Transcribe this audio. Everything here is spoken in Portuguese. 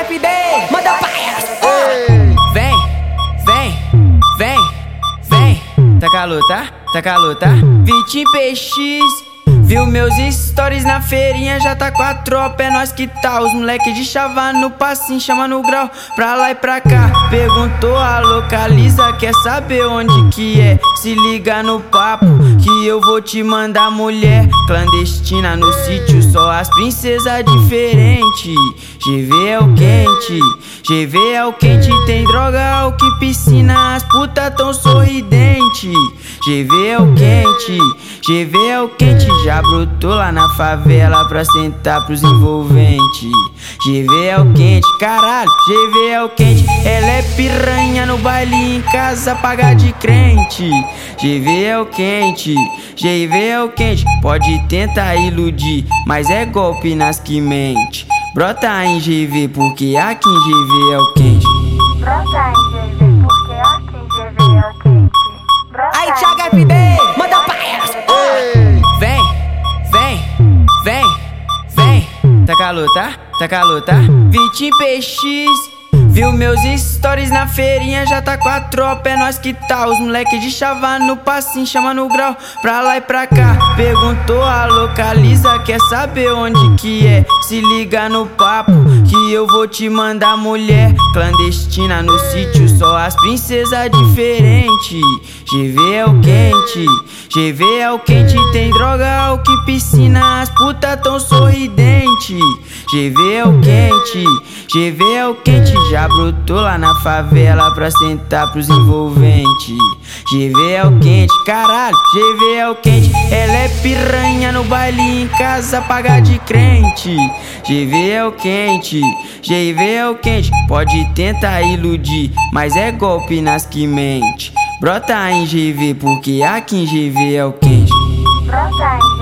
FD, manda pra elas. Vem, vem, vem, vem. Tá calor, tá? Tá calor, tá? 20 PX. Viu meus stories na feirinha, já tá com a tropa, é nós que tá. Os moleque de chava no passinho, chama no grau, pra lá e pra cá. Perguntou a localiza, quer saber onde que é? Se liga no papo, que eu vou te mandar mulher clandestina no sítio, só as princesas diferentes. GV é o quente, GV é o quente, tem droga, o que piscina, as putas tão sorridente. GV é o quente, GV é o quente, já brotou lá na favela pra sentar pros envolventes. GV é o quente, caralho, GV é o quente, ela é piranha no baile, em casa paga de crente. GV é o quente, GV é o quente, pode tentar iludir, mas é golpe nas que mente. Brota em GV porque aqui em GV é o quente. Brota em GV porque aqui em GV é o quente. Aí Thiago FD, manda pra elas. Vem, vem, vem, vem. Tá calor, tá? Tá calor, tá? 20 PX. Viu meus stories na feirinha, já tá com a tropa, é nós que tá. Os moleque de chava no passinho, chama no grau, pra lá e pra cá. Perguntou a localiza, quer saber onde que é? Se liga no papo, que eu vou te mandar mulher clandestina no sítio, só as princesas diferentes. GV é o quente, GV é o quente, tem droga, o que piscina, as putas tão sorridente. GV é o quente, GV é o quente, já brotou lá na favela pra sentar pros envolventes. GV é o quente, caralho, GV é o quente, ela é piranha no baile, em casa paga de crente. GV é o quente, GV é o quente, pode tentar iludir, mas é golpe nas que mente. Brota em GV porque aqui em GV é o quente. Brota em